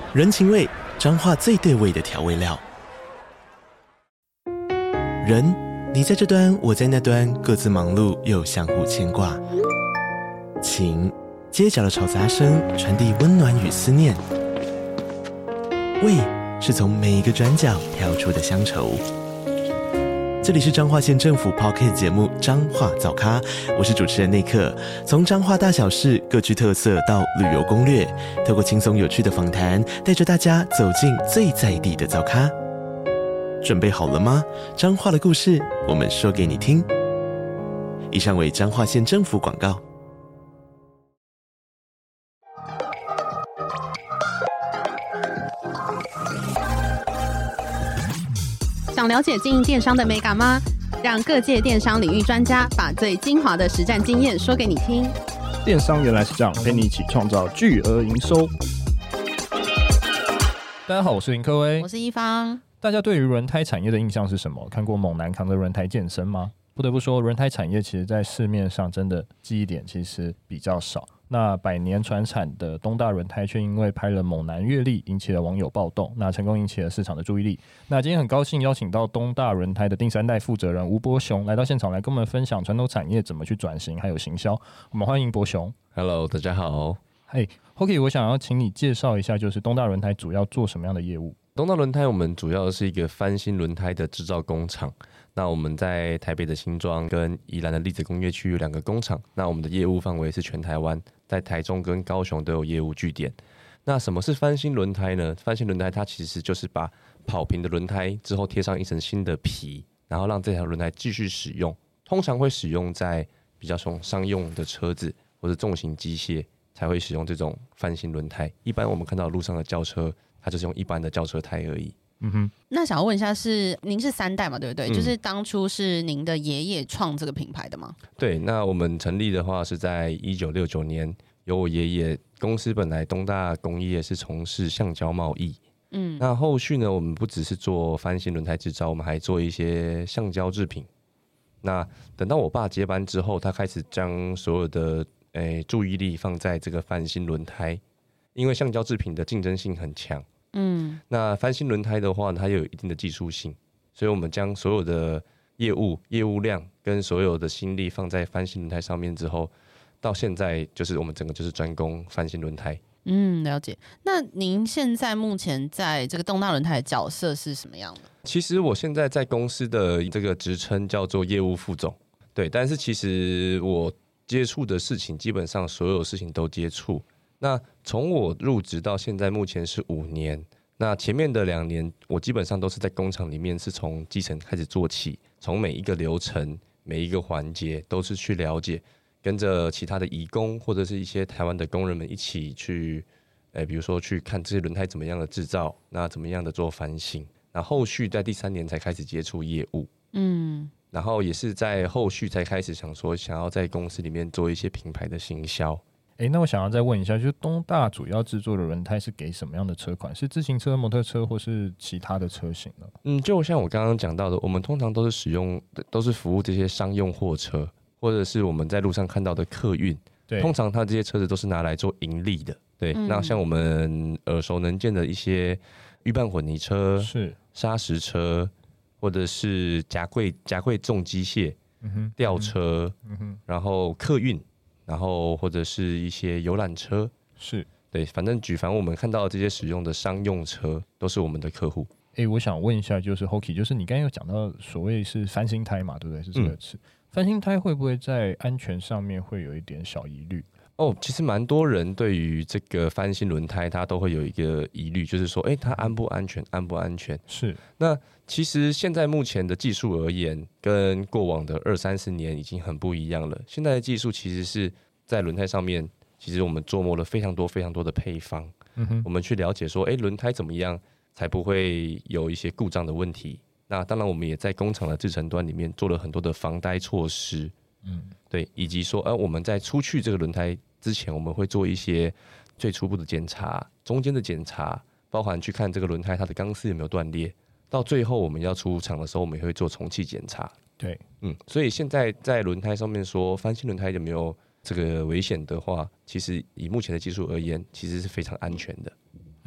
人情味，彰化最对味的调味料。人，你在这端，我在那端，各自忙碌又相互牵挂。情，街角的吵杂声传递温暖与思念。味，是从每一个转角跳出的乡愁。这里是彰化县政府 Podcast 节目《彰化早咖》，我是主持人内克。从彰化大小事各具特色到旅游攻略，透过轻松有趣的访谈，带着大家走进最在地的早咖。准备好了吗？彰化的故事，我们说给你听。以上为彰化县政府广告。 想了解经营电商的美感吗？让各界电商领域专家把最精华的实战经验说给你听。 电商原来是这样，陪你一起创造巨额营收。大家好，我是林科威， 我是一方。大家对于轮胎产业的印象是什么？看过猛男扛着轮胎健身吗？不得不说，轮胎产业其实在市面上真的记忆点其实比较少。那百年传产的东大轮胎却因为拍了猛男阅历引起了网友暴动，那成功引起了市场的注意力。那今天很高兴邀请到东大轮胎的第三代负责人吴伯雄来到现场，来跟我们分享传统产业怎么去转型还有行销。我们欢迎伯雄。 Hello， 大家好。 Hockey， 我想要请你介绍一下，就是东大轮胎主要做什么样的业务？ 东大轮胎我们主要是一个翻新轮胎的制造工厂。那我们在台北的新庄跟宜兰的栗子工业区有2个工厂。那我们的业务范围是全台湾，在台中跟高雄都有业务据点。那什么是翻新轮胎呢？翻新轮胎它其实就是把跑平的轮胎之后贴上一层新的皮，然后让这条轮胎继续使用。通常会使用在比较商用的车子或者重型机械才会使用这种翻新轮胎。一般我们看到路上的轿车，它就是用一般的轿车胎而已。 那想要问一下，您是3代嘛，对不对？就是当初是您的爷爷创这个品牌的吗？ 对，那我们成立的话是在1969年，由我爷爷。公司本来东大工业是从事橡胶贸易，那后续呢，我们不只是做翻新轮胎制造，我们还做一些橡胶制品。那等到我爸接班之后，他开始将所有的注意力放在这个翻新轮胎，因为橡胶制品的竞争性很强。那翻新轮胎的话，它有一定的技术性，所以我们将所有的业务量跟所有的心力放在翻新轮胎上面之后，到现在就是我们整个就是专攻翻新轮胎。 了解。那您现在目前在这个东大轮胎的角色是什么样的？ 其实我现在在公司的这个职称叫做业务副总，对，但是其实我接触的事情基本上所有事情都接触。那从我入职到现在目前是5年，那前面的2年我基本上都是在工厂里面是从基层开始做起，从每一个流程每一个环节都是去了解，跟着其他的移工或者是一些台湾的工人们一起去比如说去看这些轮胎怎么样的制造，那怎么样的做翻新，那后续在第3年才开始接触业务。然后也是在后续才开始想要在公司里面做一些品牌的行销。 那我想要再问一下，就是东大主要制作的轮胎是给什么样的车款？是自行车、摩托车或是其他的车型呢？ 就像我刚刚讲到的，我们通常都是服务这些商用货车，或者是我们在路上看到的客运。通常它这些车子都是拿来做盈利的。对，那像我们耳熟能见的一些预拌混泥车、是砂石车，或者是夹柜重机械、吊车，然后客运。然后或者是一些游览车， 是对，反正我们看到的这些使用的商用车都是我们的客户。 我想问一下，就是 Hockey， 就是你刚才有讲到所谓是翻新胎嘛，对不对？是这个词。翻新胎会不会在安全上面会有一点小疑虑？ 其实蛮多人对于这个翻新轮胎，它都会有一个疑虑，就是说，它安不安全？安不安全？ 是。 那其实现在目前的技术而言，跟过往的20-30年已经很不一样了。现在的技术其实是在轮胎上面，其实我们琢磨了非常多的配方，我们去了解说，轮胎怎么样才不会有一些故障的问题。那当然，我们也在工厂的制程端里面做了很多的防呆措施。对，以及说，我们在出去这个轮胎之前，我们会做一些最初步的检查、中间的检查，包含去看这个轮胎它的钢丝有没有断裂，到最后我们要出厂的时候，我们也会做重气检查。 对， 所以现在在轮胎上面说翻新轮胎有没有这个危险的话，其实以目前的技术而言，其实是非常安全的。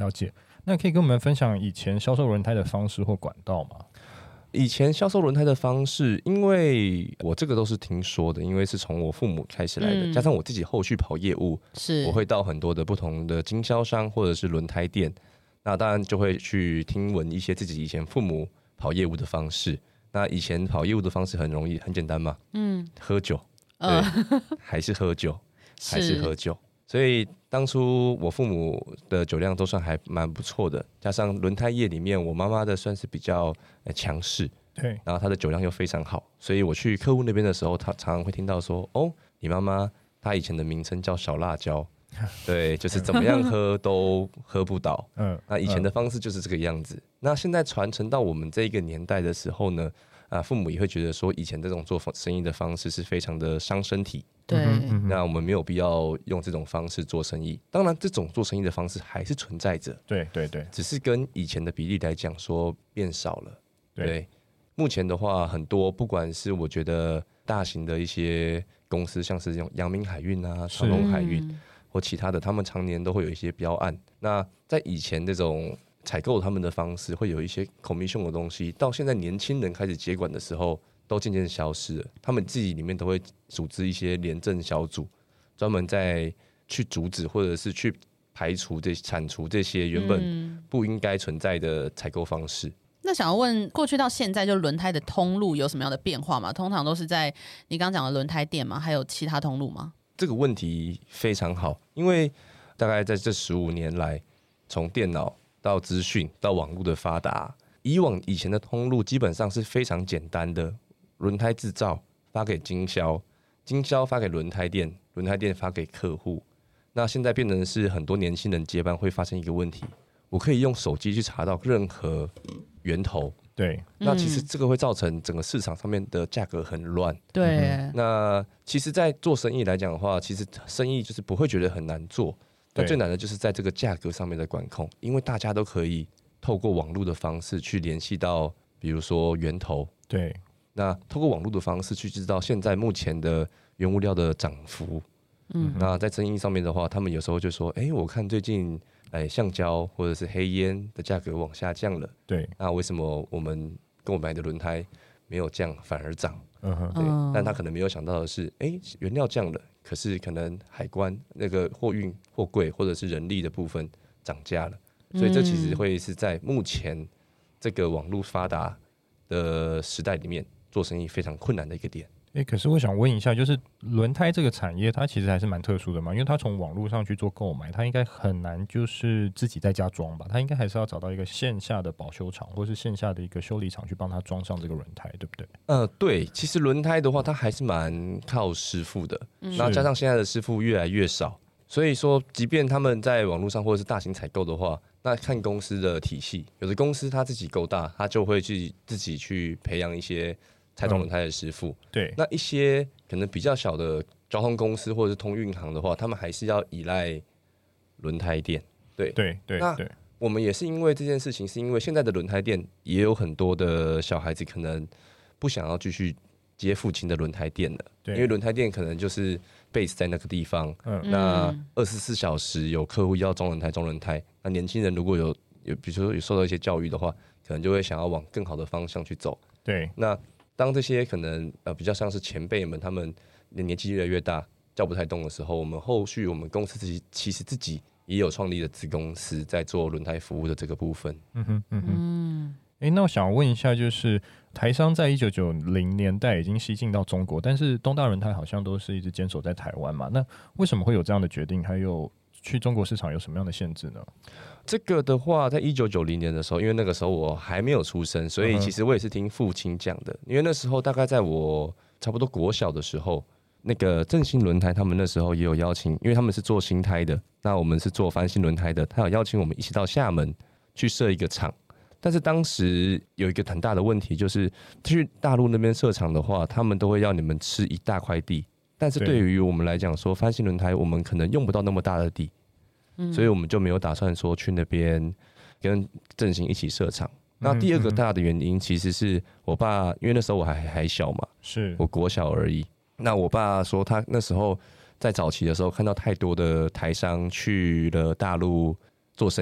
了解。那可以跟我们分享以前销售轮胎的方式或管道吗？ 以前销售轮胎的方式，因为我这个都是听说的，因为是从我父母开始来的，加上我自己后续跑业务， 是我会到很多的不同的经销商或者是轮胎店，那当然就会去听闻一些自己以前父母跑业务的方式。那以前跑业务的方式很容易，很简单嘛，喝酒，对，还是喝酒，还是喝酒。所以当初我父母的酒量都算还蛮不错的，加上轮胎业里面我妈妈的算是比较强势， 对， 然后她的酒量又非常好，所以我去客户那边的时候，她常常会听到说，哦，你妈妈她以前的名称叫小辣椒，对，就是怎么样喝都喝不倒，那以前的方式就是这个样子。那现在传承到我们这一个年代的时候呢，父母也会觉得说，以前这种做生意的方式是非常的伤身体。 对， 那我们没有必要用这种方式做生意。当然，这种做生意的方式还是存在着， 对对对， 只是跟以前的比例来讲说变少了。对，目前的话，很多不管是我觉得大型的一些公司，像是这种阳明海运啊、长荣海运或其他的，他们常年都会有一些标案。那在以前这种采购他们的方式，会有一些 commission 的东西，到现在年轻人开始接管的时候，都渐渐消失了。他们自己里面都会组织一些廉政小组，专门在去阻止或者是去排除铲除这些原本不应该存在的采购方式。 那想要问，过去到现在，就轮胎的通路有什么样的变化吗？通常都是在你刚刚讲的轮胎店吗？还有其他通路吗？ 这个问题非常好，因为大概在这15年来，从电脑到资讯到网络的发达，以前的通路基本上是非常简单的，轮胎制造发给经销，经销发给轮胎店，轮胎店发给客户。那现在变成是很多年轻人接班会发生一个问题，我可以用手机去查到任何源头。 对， 那其实这个会造成整个市场上面的价格很乱。 对， 那其实，在做生意来讲的话，其实生意就是不会觉得很难做，但最难的就是在这个价格上面的管控，因为大家都可以透过网络的方式去联系到，比如说源头。 对， 那透过网络的方式去知道现在目前的原物料的涨幅。那在生意上面的话，他们有时候就说，我看最近橡胶或者是黑烟的价格往下降了， 对， 那为什么我们跟我买的轮胎没有降反而涨？对，但他可能没有想到的是，原料降了，可是可能海关那个货运、货柜或者是人力的部分涨价了，所以这其实会是在目前这个网络发达的时代里面做生意非常困难的一个点。 可是我想问一下，就是轮胎这个产业，它其实还是蛮特殊的嘛，因为它从网络上去做购买，它应该很难就是自己在家装吧？它应该还是要找到一个线下的保修厂，或是线下的一个修理厂去帮它装上这个轮胎，对不对？ 对，其实轮胎的话，它还是蛮靠师傅的，那加上现在的师傅越来越少，所以说，即便他们在网络上或者是大型采购的话，那看公司的体系，有的公司它自己够大，它就会自己去培养一些拆装轮胎的师傅。 对， 那一些可能比较小的交通公司或者是通运行的话，他们还是要依赖轮胎店。对对对， 那我们也是因为这件事情，是因为现在的轮胎店也有很多的小孩子可能不想要继续接父亲的轮胎店了，因为轮胎店可能就是 base 在那个地方，那24小时有客户要装轮胎，那年轻人如果有比如说有受到一些教育的话，可能就会想要往更好的方向去走。 对， 那当这些可能比较像是前辈们，他们年纪越来越大，叫不太动的时候，我们后续我们公司其实自己也有创立的子公司在做轮胎服务的这个部分。 那我想问一下，就是台商在1990年代已经西进到中国，但是东大轮胎好像都是一直坚守在台湾嘛？那为什么会有这样的决定？还有去中国市场有什么样的限制呢？ 这个的话，在1990年的时候，因为那个时候我还没有出生，所以其实我也是听父亲讲的。因为那时候大概在我差不多国小的时候，那个振兴轮胎他们那时候也有邀请，因为他们是做新胎的，那我们是做翻新轮胎的，他有邀请我们一起到厦门去设一个厂。但是当时有一个很大的问题，就是去大陆那边设厂的话，他们都会要你们吃一大块地，但是对于我们来讲说翻新轮胎，我们可能用不到那么大的地，所以我们就没有打算说去那边跟振兴一起设厂。那第二个大的原因其实是我爸，因为那时候我还小嘛， 是我国小而已。那我爸说他那时候在早期的时候看到太多的台商去了大陆做生意，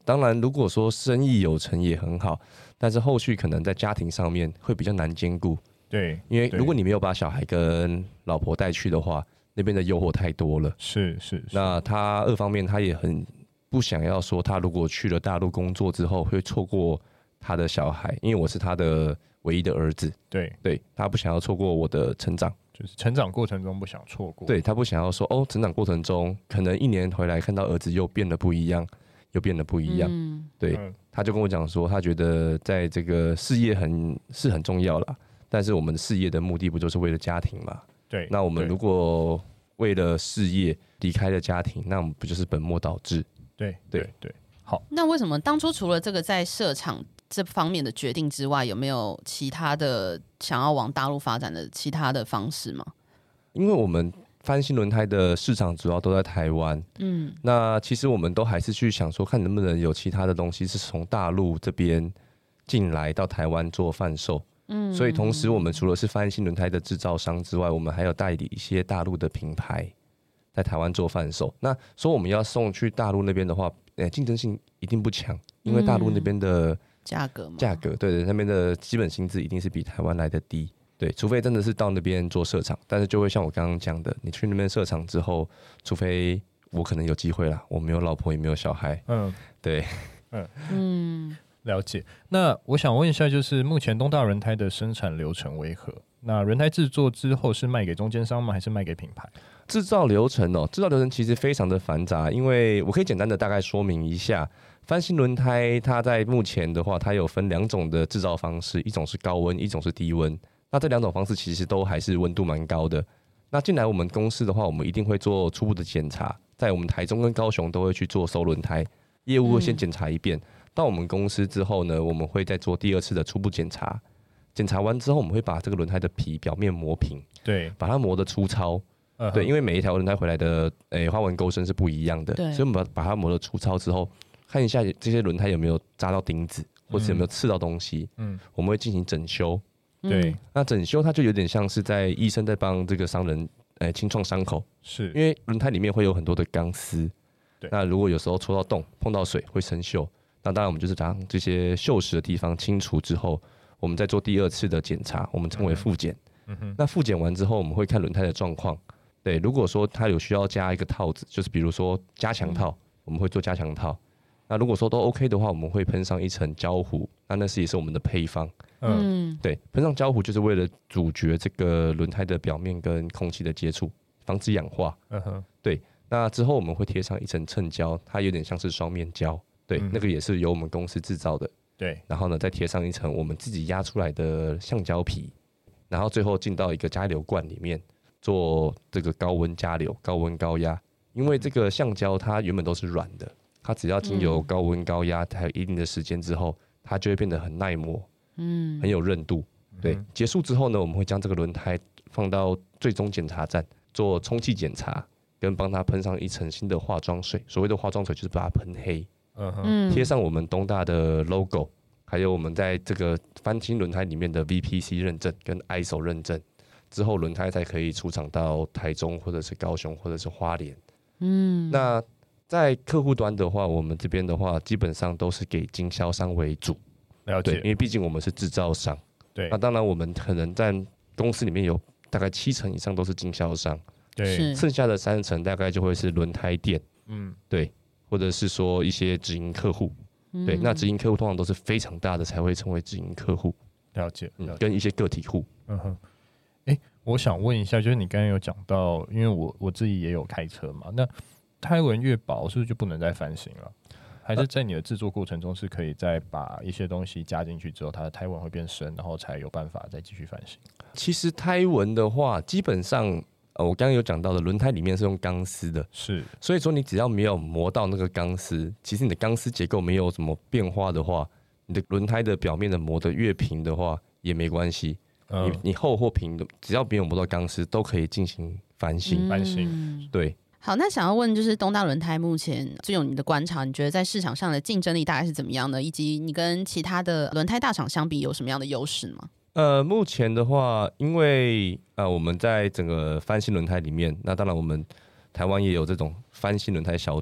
当然如果说生意有成也很好，但是后续可能在家庭上面会比较难兼顾。 对， 因为如果你没有把小孩跟老婆带去的话，那边的诱惑太多了。 是。 那他二方面他也很不想要说，他如果去了大陆工作之后会错过他的小孩，因为我是他的唯一的儿子。 对， 他不想要错过我的成长， 就是成长过程中不想错过。 对，他不想要说成长过程中可能1年回来看到儿子又变得不一样。对，他就跟我讲说，他觉得在这个事业是很重要啦，但是我们事业的目的不就是为了家庭嘛？ 对， 那我们如果为了事业离开了家庭，那我们不就是本末倒置？ 对。好， 那为什么当初除了这个在设厂这方面的决定之外，有没有其他的想要往大陆发展的其他的方式吗？ 因为我们翻新轮胎的市场主要都在台湾，那其实我们都还是去想说，看能不能有其他的东西是从大陆这边进来到台湾做贩售。所以同时我们除了是翻新轮胎的制造商之外，我们还有代理一些大陆的品牌在台湾做贩售。那说我们要送去大陆那边的话，竞争性一定不强，因为大陆那边的价格，对，那边的基本薪资一定是比台湾来的低。对，除非真的是到那边做设厂，但是就会像我刚刚讲的，你去那边设厂之后，除非我可能有机会啦，我没有老婆也没有小孩，对， 了解。那我想问一下，就是目前东大轮胎的生产流程为何？那轮胎制作之后是卖给中间商吗？还是卖给品牌？ 制造流程其实非常的繁杂，因为我可以简单的大概说明一下。翻新轮胎它在目前的话，它有分2种的制造方式，一种是高温，一种是低温。那这2种方式其实都还是温度蛮高的。那进来我们公司的话，我们一定会做初步的检查，在我们台中跟高雄都会去做收轮胎，业务会先检查一遍。到我们公司之后呢，我们会再做第2次的初步检查。检查完之后，我们会把这个轮胎的皮表面磨平， 对， 把它磨得粗糙。对，因为每一条轮胎回来的花纹钩身是不一样的，所以我们把它磨得粗糙之后，看一下这些轮胎有没有扎到钉子，或者有没有刺到东西。我们会进行整修。 对， 那整修它就有点像是在医生在帮这个商人清创伤口， 是因为轮胎里面会有很多的钢丝， 对， 那如果有时候戳到洞碰到水会生锈，那当然我们就是将这些锈蚀的地方清除之后，我们再做第2次的检查，我们称为复检。那复检完之后，我们会看轮胎的状况。对，如果说它有需要加一个套子，就是比如说加强套，我们会做加强套。那如果说都 OK 的话，我们会喷上一层胶糊，那是也是我们的配方。对，喷上胶糊就是为了阻绝这个轮胎的表面跟空气的接触，防止氧化。对，那之后我们会贴上一层衬胶，它有点像是双面胶。对，那个也是由我们公司制造的。 对， 然后呢，再贴上一层我们自己压出来的橡胶皮，然后最后进到一个加流罐里面做这个高温加流、高温高压。因为这个橡胶它原本都是软的，它只要经由高温高压还有一定的时间之后，它就会变得很耐磨，很有韧度。对，结束之后呢，我们会将这个轮胎放到最终检查站做充气检查，跟帮它喷上一层新的化妆水。所谓的化妆水就是把它喷黑，贴上我们东大的 logo， 还有我们在这个翻新轮胎里面的 VPC 认证跟 ISO 认证之后，轮胎才可以出厂到台中或者是高雄或者是花莲。那在客户端的话，我们这边的话基本上都是给经销商为主。 了解， 对，因为毕竟我们是制造商。 对， 那当然我们可能在公司里面有大概70%以上都是经销商， 对， 剩下的30%大概就会是轮胎店，对，或者是说一些直营客户，对，那直营客户通常都是非常大的才会成为直营客户。 了解， 跟一些个体户。 我想问一下，就是你刚刚有讲到，因为我自己也有开车嘛，那胎纹越薄是不是就不能再翻新了？还是在你的制作过程中是可以再把一些东西加进去之后，它的胎纹会变深，然后才有办法再继续翻新？ 其实胎纹的话，基本上我刚刚有讲到的，轮胎里面是用钢丝的， 是，所以说你只要没有磨到那个钢丝，其实你的钢丝结构没有什么变化的话，你的轮胎的表面的磨得越平的话也没关系。你厚或平的，只要没有磨到钢丝，都可以进行翻新。对。 好，那想要问就是东大轮胎目前就有你的观察，你觉得在市场上的竞争力大概是怎么样的，以及你跟其他的轮胎大厂相比有什么样的优势吗？ 目前的话，因为我们在整个翻新轮胎里面，那当然我们台湾也有这种翻新轮胎小组，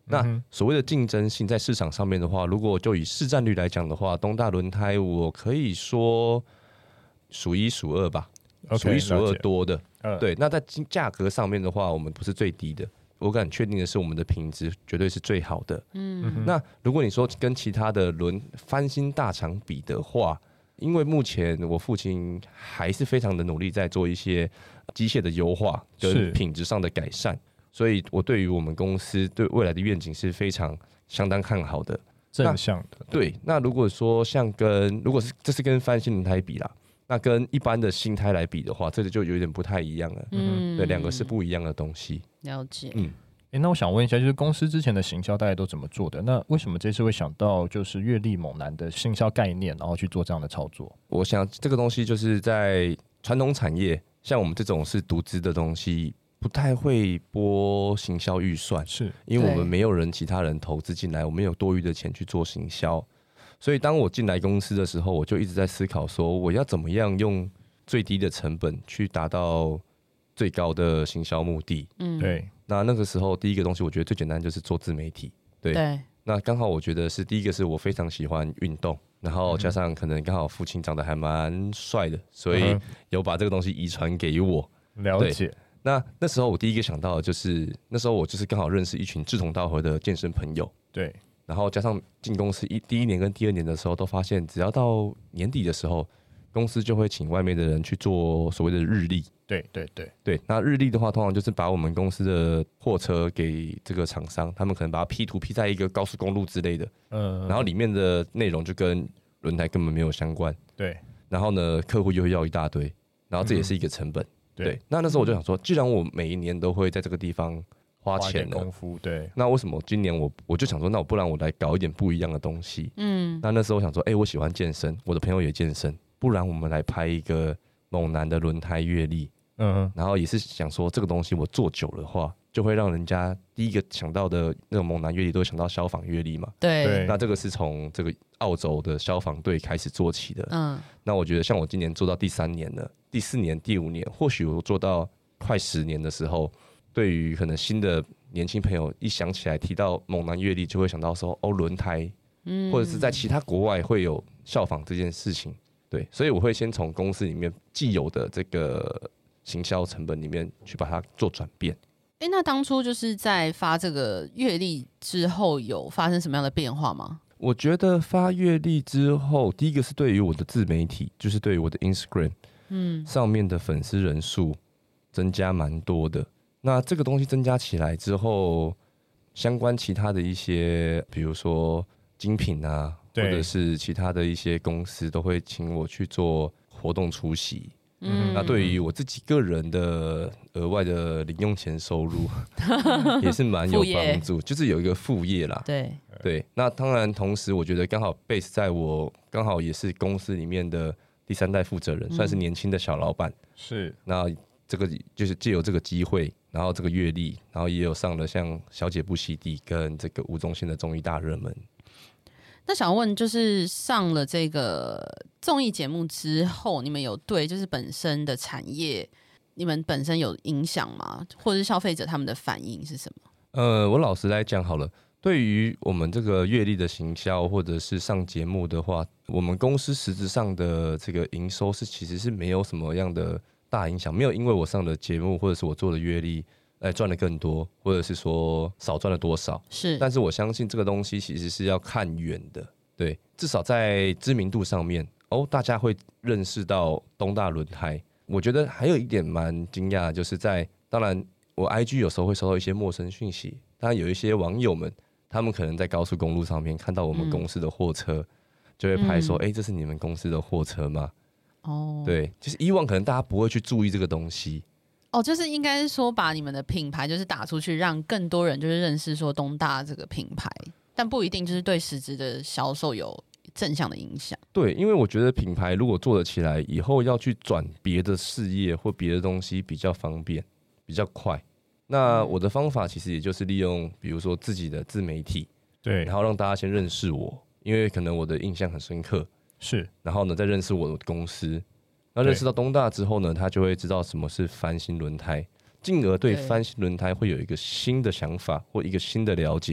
那所谓的竞争性在市场上面的话，如果就以市占率来讲的话，东大轮胎我可以说数一数二吧，数一数二多的。对，那在价格上面的话，我们不是最低的。我敢确定的是，我们的品质绝对是最好的。那如果你说跟其他的翻新大厂比的话，因为目前我父亲还是非常的努力在做一些机械的优化跟品质上的改善，所以我对于我们公司对未来的愿景是非常相当看好的， 正向的。 对，那如果说如果是这是跟翻新轮胎比啦，那跟一般的新胎来比的话，这个就有点不太一样了。对，两个是不一样的东西。 了解。 那我想问一下，就是公司之前的行销大概都怎么做的？那为什么这次会想到就是月历猛男的行销概念，然后去做这样的操作？ 我想这个东西就是在传统产业，像我们这种是独资的东西，不太会拨行销预算， 是因为我们没有其他人投资进来，我们有多余的钱去做行销。所以当我进来公司的时候，我就一直在思考说，我要怎么样用最低的成本去达到最高的行销目的。 对。 那个时候，第一个东西我觉得最简单就是做自媒体。对。那刚好我觉得是第一个是我非常喜欢运动，然后加上可能刚好父亲长得还蛮帅的，所以有把这个东西遗传给我。 了解。 那时候我第一个想到的就是，那时候我就是刚好认识一群志同道合的健身朋友。 对。 然后加上进公司第一年跟第二年的时候，都发现只要到年底的时候，公司就会请外面的人去做所谓的日历。对，那日历的话，通常就是把我们公司的货车给这个厂商，他们可能把它 P 图 P 在一个高速公路之类的，然后里面的内容就跟轮胎根本没有相关。 对， 然后呢，客户又会要一大堆，然后这也是一个成本。对，那时候我就想说，既然我每一年都会在这个地方花钱了， 功夫，对， 那为什么今年我就想说，那不然我来搞一点不一样的东西。那时候我想说，我喜欢健身，我的朋友也健身，不然我们来拍一个猛男的轮胎月历。然后也是想说，这个东西我做久的话，就会让人家第一个想到的那种猛男月历都会想到消防月历嘛。 对。 那这个是从这个澳洲的消防队开始做起的。那我觉得像我今年做到第3年了，第4年、第5年，或许我做到快10年的时候，对于可能新的年轻朋友一想起来提到猛男月历，就会想到说轮胎，或者是在其他国外会有效仿这件事情。对，所以我会先从公司里面既有的这个行销成本里面去把它做转变。 那当初就是在发这个月历之后，有发生什么样的变化吗？ 我觉得发月历之后，第一个是对于我的自媒体，就是对于我的 Instagram，上面的粉丝人数增加蛮多的。那这个东西增加起来之后，相关其他的一些，比如说精品啊，或者是其他的一些公司，都会请我去做活动出席。那对于我自己个人的额外的零用钱收入也是蛮有帮助，就是有一个副业啦。对，那当然同时我觉得刚好 base 在我刚好也是公司里面的第3代负责人，算是年轻的小老板。 是， 那这个就是借由这个机会，然后这个阅历，然后也有上了像小姐不洗地跟这个吴宗宪的综艺大热门。 那想问，就是上了这个综艺节目之后，你们有对就是本身的产业，你们本身有影响吗？或者是消费者他们的反应是什么？ 我老实来讲好了，对于我们这个月历的行销或者是上节目的话，我们公司实质上的这个营收其实是没有什么样的大影响，没有因为我上的节目或者是我做的月历赚的更多，或者是说少赚了多少。 是， 但是我相信这个东西其实是要看远的。对，至少在知名度上面，大家会认识到东大轮胎。我觉得还有一点蛮惊讶的，就是当然我 IG 有时候会收到一些陌生讯息，当然有一些网友们，他们可能在高速公路上面看到我们公司的货车，就会拍说，这是你们公司的货车吗？对，就是以往可能大家不会去注意这个东西。 就是应该说把你们的品牌就是打出去，让更多人就是认识说东大这个品牌，但不一定就是对实质的销售有正向的影响。 对，因为我觉得品牌如果做得起来，以后要去转别的事业或别的东西比较方便，比较快。那我的方法其实也就是利用，比如说自己的自媒体， 对， 然后让大家先认识我，因为可能我的印象很深刻， 是， 然后呢再认识我的公司。那认识到东大之后呢，他就会知道什么是翻新轮胎，进而对翻新轮胎会有一个新的想法或一个新的了解。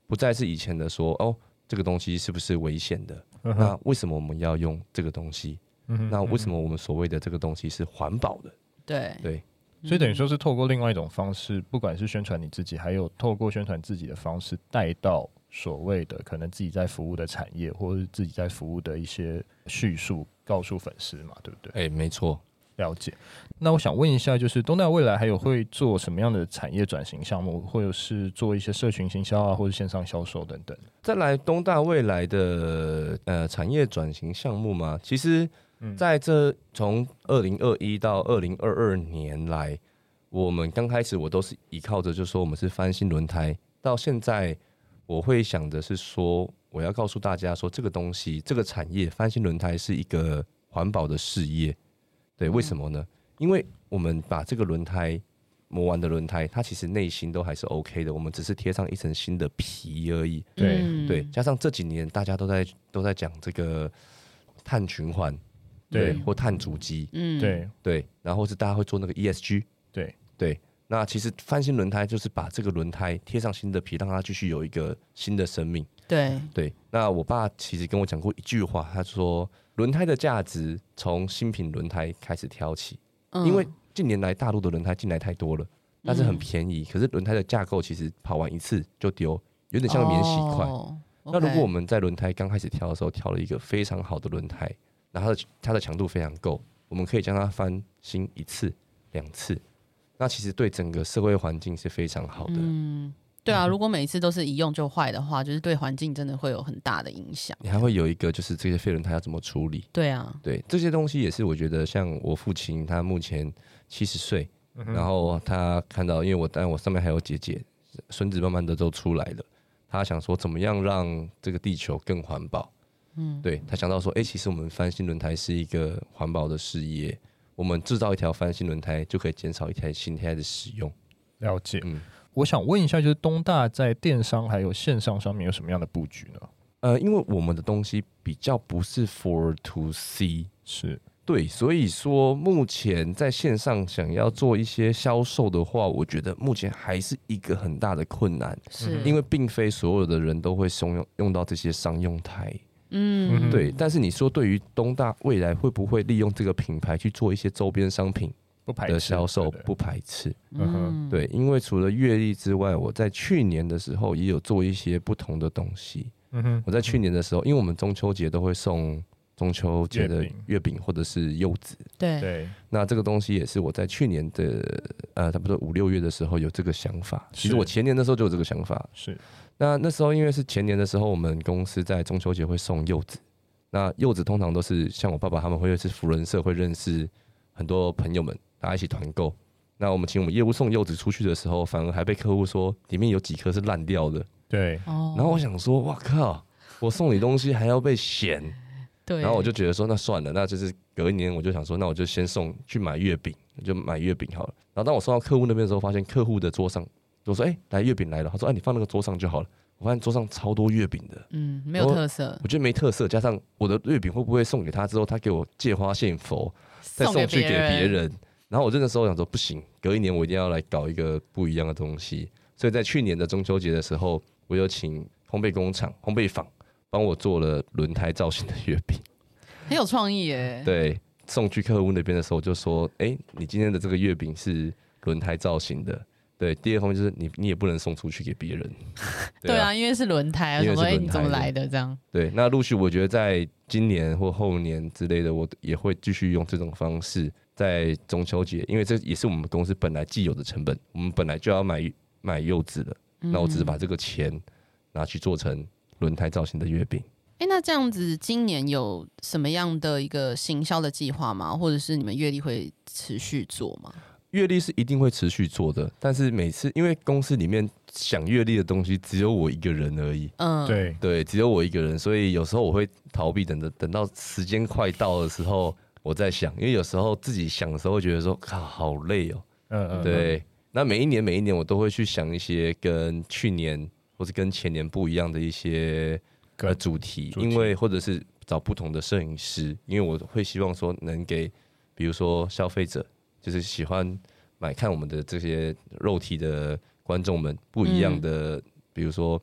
不再是以前的说哦，这个东西是不是危险的？那为什么我们要用这个东西？那为什么我们所谓的这个东西是环保的？对， 所以等于说是透过另外一种方式，不管是宣传你自己，还有透过宣传自己的方式，带到所谓的可能自己在服务的产业，或者是自己在服务的一些叙述，告诉粉丝嘛，对不对？ 没错。 了解。那我想问一下，就是东大未来还有会做什么样的产业转型项目，或者是做一些社群行销啊，或者线上销售等等？ 再来，东大未来的产业转型项目嘛，其实在这从2021到2022年来，我们刚开始我都是依靠着，就说我们是翻新轮胎，到现在我会想的是说，我要告诉大家说，这个东西，这个产业翻新轮胎是一个环保的事业。对，为什么呢？因为我们把这个轮胎磨完的轮胎，它其实内心都还是 OK 的，我们只是贴上一层新的皮而已。对，加上这几年大家都在讲这个碳循环，对，或碳足迹，对，然后是大家会做那个 ESG， 对。那其实翻新轮胎就是把这个轮胎贴上新的皮，让它继续有一个新的生命。对，那我爸其实跟我讲过一句话，他说轮胎的价值从新品轮胎开始挑起，因为近年来大陆的轮胎进来太多了，但是很便宜，可是轮胎的架构其实跑完一次就丢，有点像免洗块。那如果我们在轮胎刚开始挑的时候挑了一个非常好的轮胎，然后它的强度非常够，我们可以将它翻新1次、2次，那其实对整个社会环境是非常好的。 对啊，如果每一次都是一用就坏的话，就是对环境真的会有很大的影响。 你还会有一个就是这些废轮胎要怎么处理？ 对啊， 对，这些东西也是我觉得，像我父亲他目前70岁，然后他看到，因为我上面还有姐姐，孙子慢慢的都出来了，他想说怎么样让这个地球更环保。对，他想到说，其实我们翻新轮胎是一个环保的事业，我们制造一条翻新轮胎就可以减少一台新胎的使用。 了解。我想问一下，就是东大在电商还有线上上面有什么样的布局呢？ 因为我们的东西比较不是 for to C， 是对，所以说目前在线上想要做一些销售的话，我觉得目前还是一个很大的困难， 是因为并非所有的人都会用到这些商用台。对。但是你说对于东大未来会不会利用这个品牌去做一些周边商品的销售？不排斥。对，因为除了阅历之外，我在去年的时候也有做一些不同的东西。我在去年的时候，因为我们中秋节都会送中秋节的月饼或者是柚子。 对。 那这个东西也是我在去年的差不多5、6月的时候有这个想法。其实我前年的时候就有这个想法。 是。 那时候因为是前年的时候，我们公司在中秋节会送柚子。那柚子通常都是像我爸爸他们会是福人社会认识很多朋友们，大家一起团购。那我们请我们业务送柚子出去的时候，反而还被客户说里面有几颗是烂掉的。 对。 然后我想说，哇靠，我送你东西还要被嫌。 对。 然后我就觉得说，那算了，那就是隔一年我就想说，那我就先去买月饼，就买月饼好了。然后当我送到客户那边的时候，发现客户的桌上，我说，来月饼来了。他说，你放那个桌上就好了。我发现桌上超多月饼的， 没有特色。 我觉得没特色，加上我的月饼会不会送给他之后，他给我借花献佛，再送去给别人。然后我这个时候想说，不行，隔一年我一定要来搞一个不一样的东西。所以在去年的中秋节的时候，我有请烘焙工厂、烘焙坊帮我做了轮胎造型的月饼， 很有创意耶。 对，送去客户那边的时候，我就说，你今天的这个月饼是轮胎造型的。对，第二方面就是你也不能送出去给别人。 对啊，因为是轮胎，我说你怎么来的这样？ 对，那陆续我觉得在今年或后年之类的，我也会继续用这种方式，在中秋节，因为这也是我们公司本来既有的成本，我们本来就要买柚子了，那我只是把这个钱拿去做成轮胎造型的月饼。 那这样子，今年有什么样的一个行销的计划吗？或者是你们月历会持续做吗？ 月历是一定会持续做的，但是每次因为公司里面想月历的东西只有我一个人而已，对，只有我一个人，所以有时候我会逃避，等到时间快到的时候我再想，因为有时候自己想的时候会觉得说，靠，好累哦，对，那每一年我都会去想一些跟去年或是跟前年不一样的一些主题，因为或者是找不同的摄影师，因为我会希望说能给比如说消费者。就是喜欢看我们的这些肉体的观众们不一样的，比如说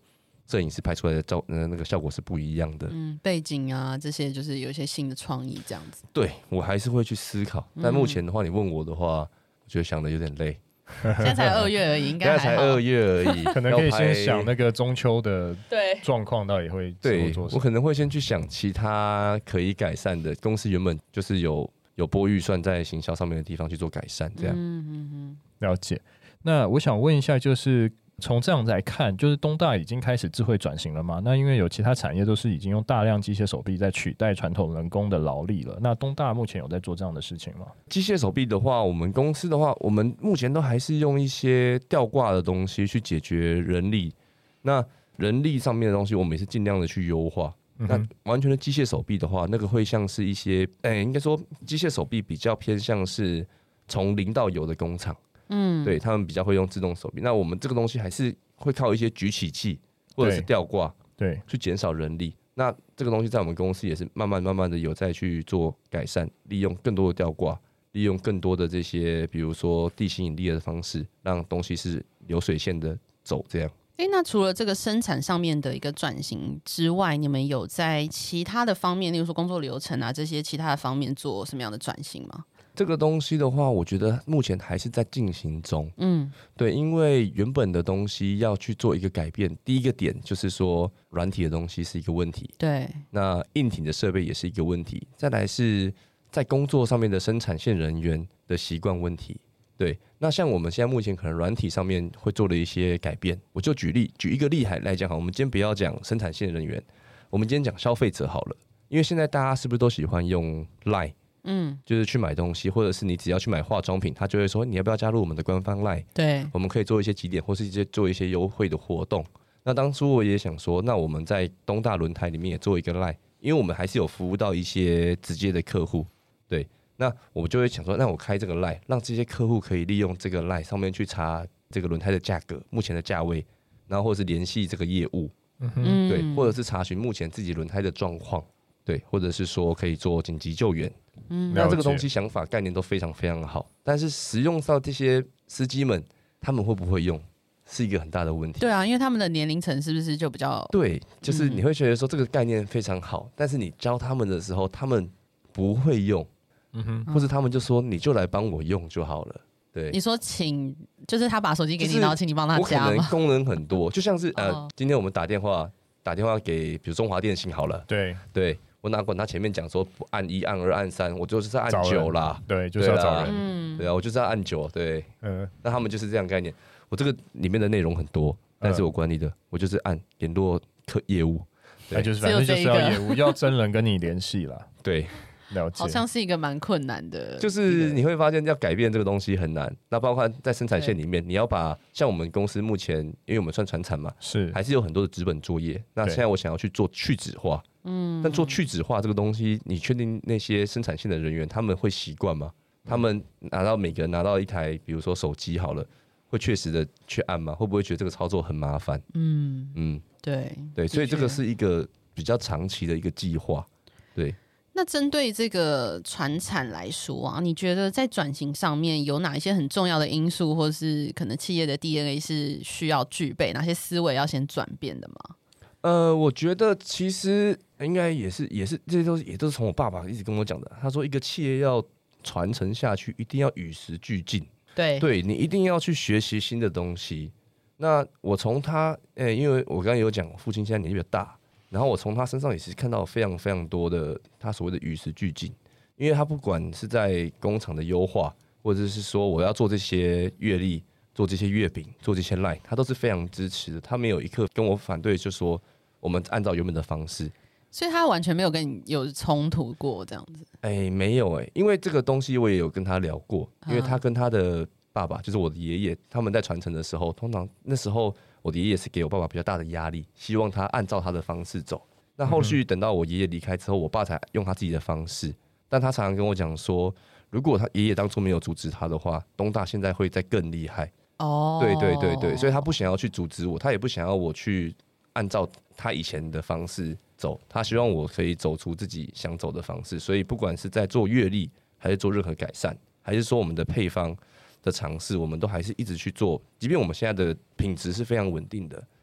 摄影师拍出来的那个效果是不一样的。 背景啊这些就是有一些新的创意这样子。 对，我还是会去思考，但目前的话，你问我的话，我觉得想的有点累。 现在才2月而已，应该现在才2月而已， 可能可以先想那个中秋的状况到底会对做什么。 我可能会先去想其他可以改善的，公司原本就是有拨预算在行销上面的地方去做改善，这样。 了解。那我想问一下，就是从这样来看，就是东大已经开始智慧转型了嘛？那因为有其他产业都是已经用大量机械手臂在取代传统人工的劳力了。那东大目前有在做这样的事情吗？ 机械手臂的话，我们公司的话，我们目前都还是用一些吊挂的东西去解决人力。那人力上面的东西，我们也是尽量的去优化。那完全的机械手臂的话，那个会像是一些，应该说机械手臂比较偏向是从零到有的工厂。对，他们比较会用自动手臂。那我们这个东西还是会靠一些举起器或者是吊挂， 对， 去减少人力。那这个东西在我们公司也是慢慢的有在去做改善，利用更多的吊挂，利用更多的这些，比如说地心引力的方式，让东西是流水线的走这样。 那除了这个生产上面的一个转型之外，你们有在其他的方面，例如说工作流程啊这些其他的方面做什么样的转型吗？ 这个东西的话，我觉得目前还是在进行中。对，因为原本的东西要去做一个改变，第一个点就是说软体的东西是一个问题， 对， 那硬体的设备也是一个问题，再来是在工作上面的生产线人员的习惯问题。对，那像我们现在目前可能软体上面会做了一些改变，我就举一个例来讲好，我们今天不要讲生产线人员，我们今天讲消费者好了，因为现在大家是不是都喜欢用 LINE？就是去买东西，或者是你只要去买化妆品，他就会说你要不要加入我们的官方 LINE？ 对，我们可以做一些集点，或是做一些优惠的活动。那当初我也想说，那我们在东大轮胎里面也做一个 LINE， 因为我们还是有服务到一些直接的客户。对，那我就会想说，那我开这个 LINE， 让这些客户可以利用这个 LINE 上面去查这个轮胎的价格、目前的价位，然后或者是联系这个业务，对，或者是查询目前自己轮胎的状况，对，或者是说可以做紧急救援。那这个东西想法概念都非常非常好，但是使用到这些司机们，他们会不会用，是一个很大的问题。 对啊，因为他们的年龄层是不是就比较对，就是你会觉得说这个概念非常好，但是你教他们的时候，他们不会用，或是他们就说你就来帮我用就好了。对， 你说请，就是他把手机给你，然后请你帮他加吗？ 我可能功能很多，就像是今天我们打电话给比如中华电信好了，对。我哪管他前面讲说不按1、按2、按3，我就是在按9啦。 对，就是要找人。 对啊，我就是要按9。对，那他们就是这样概念。我这个里面的内容很多，但是我管理的，我就是按联络业务。 对，就是反正就是要业务，要真人跟你联系啦。 对， 了解。 好像是一个蛮困难的， 就是你会发现要改变这个东西很难。那包括在生产线里面，你要把像我们公司目前，因为我们算传产嘛，是还是有很多的纸本作业。那现在我想要去做去纸化。但做去纸化这个东西，你确定那些生产线的人员他们会习惯吗？他们每个人拿到一台，比如说手机好了，会确实的去按吗？会不会觉得这个操作很麻烦？对，所以这个是一个比较长期的一个计划。对。 那针对这个传产来说啊，你觉得在转型上面有哪一些很重要的因素，或是可能企业的 DNA 是需要具备，哪些思维要先转变的吗？ 我觉得其实应该也是，这些都是从我爸爸一直跟我讲的。他说，一个企业要传承下去，一定要与时俱进。对，你一定要去学习新的东西。那我从他，因为我刚刚有讲，我父亲现在年纪比较大，然后我从他身上也是看到非常非常多的他所谓的与时俱进。因为他不管是在工厂的优化，或者是说我要做这些月历、做这些月饼、做这些 line， 他都是非常支持的。他没有一刻跟我反对，就说我们按照原本的方式， 所以他完全没有跟你有冲突过这样子。 没有因为这个东西我也有跟他聊过，因为他跟他的爸爸，就是我的爷爷，他们在传承的时候，通常那时候我的爷爷是给我爸爸比较大的压力，希望他按照他的方式走。那后续等到我爷爷离开之后，我爸才用他自己的方式。但他常常跟我讲说，如果他爷爷当初没有阻止他的话，东大现在会再更厉害。对，所以他不想要去阻止我，他也不想要我去按照他以前的方式走，他希望我可以走出自己想走的方式。所以不管是在做阅历，还是做任何改善，还是说我们的配方的尝试，我们都还是一直去做。即便我们现在的品质是非常稳定的，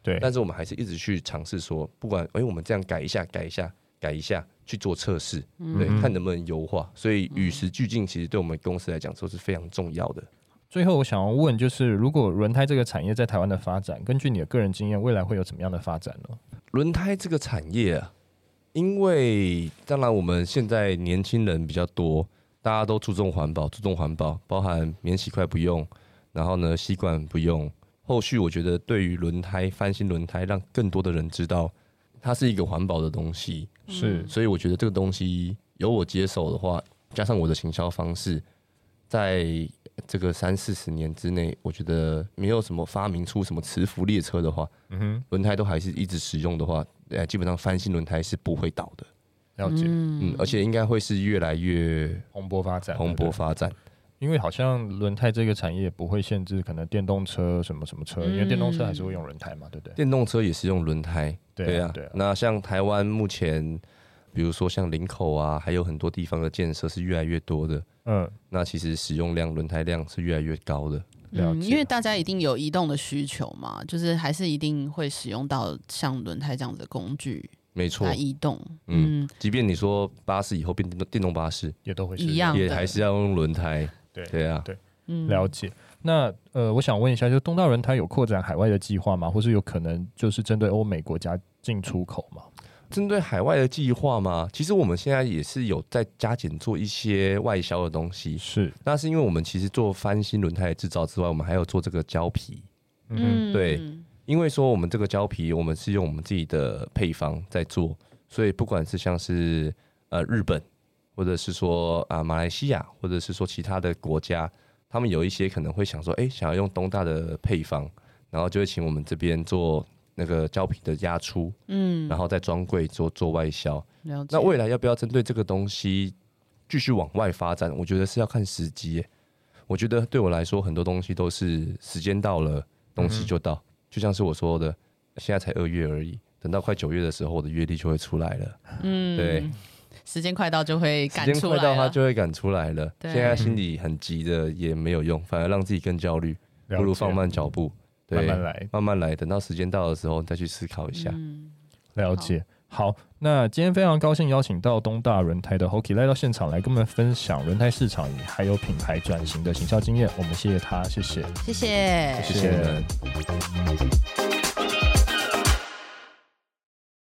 对， 但是我们还是一直去尝试说，不管我们这样改一下去做测试，对，看能不能优化。所以与时俱进，其实对我们公司来讲说是非常重要的。 最后我想要问，就是如果轮胎这个产业在台湾的发展，根据你的个人经验，未来会有怎么样的发展呢？ 轮胎这个产业啊，因为当然我们现在年轻人比较多，大家都注重环保，包含免洗块不用，然后呢吸管不用。后续我觉得对于轮胎翻新轮胎，让更多的人知道它是一个环保的东西， 是， 所以我觉得这个东西由我接手的话，加上我的行销方式，在这个30-40年之内，我觉得没有什么发明出什么磁浮列车的话，轮胎都还是一直使用的话，基本上翻新轮胎是不会倒的。 了解， 而且应该会是越来越蓬勃发展。因为好像轮胎这个产业不会限制可能电动车什么什么车，因为电动车还是会用轮胎嘛，对不对？ 电动车也是用轮胎，对啊。那像台湾目前，比如说像林口啊，还有很多地方的建设是越来越多的，那其实使用量轮胎量是越来越高的。 因为大家一定有移动的需求嘛，就是还是一定会使用到像轮胎这样子的工具。 没错， 来移动， 即便你说巴士以后变电动巴士， 也都会是一样， 也还是要用轮胎。对啊， 对，了解。那我想问一下，就东大轮胎有扩展海外的计划吗？或是有可能就是针对欧美国家进出口吗？ 针对海外的计划吗？其实我们现在也是有在加减做一些外销的东西。 是， 那是因为我们其实做翻新轮胎的制造之外，我们还有做这个胶皮。对。因为说我们这个胶皮，我们是用我们自己的配方在做，所以不管是像是日本，或者是说马来西亚，或者是说其他的国家，他们有一些可能会想说，想要用东大的配方，然后就会请我们这边做那个胶皮的压出，然后在专柜做外销。那未来要不要针对这个东西继续往外发展？我觉得是要看时机。我觉得对我来说，很多东西都是时间到了，东西就到。就像是我说的，现在才2月而已，等到快9月的时候，我的月历就会出来了。对， 时间快到就会赶出来了， 时间快到它就会赶出来了。现在心里很急的也没有用，反而让自己更焦虑，不如放慢脚步，对，慢慢来，等到时间到的时候再去思考一下。 了解。好，那今天非常高兴邀请到东大轮胎的 Hoki 来到现场，来跟我们分享轮胎市场还有品牌转型的行销经验。我们谢谢他，谢谢你们。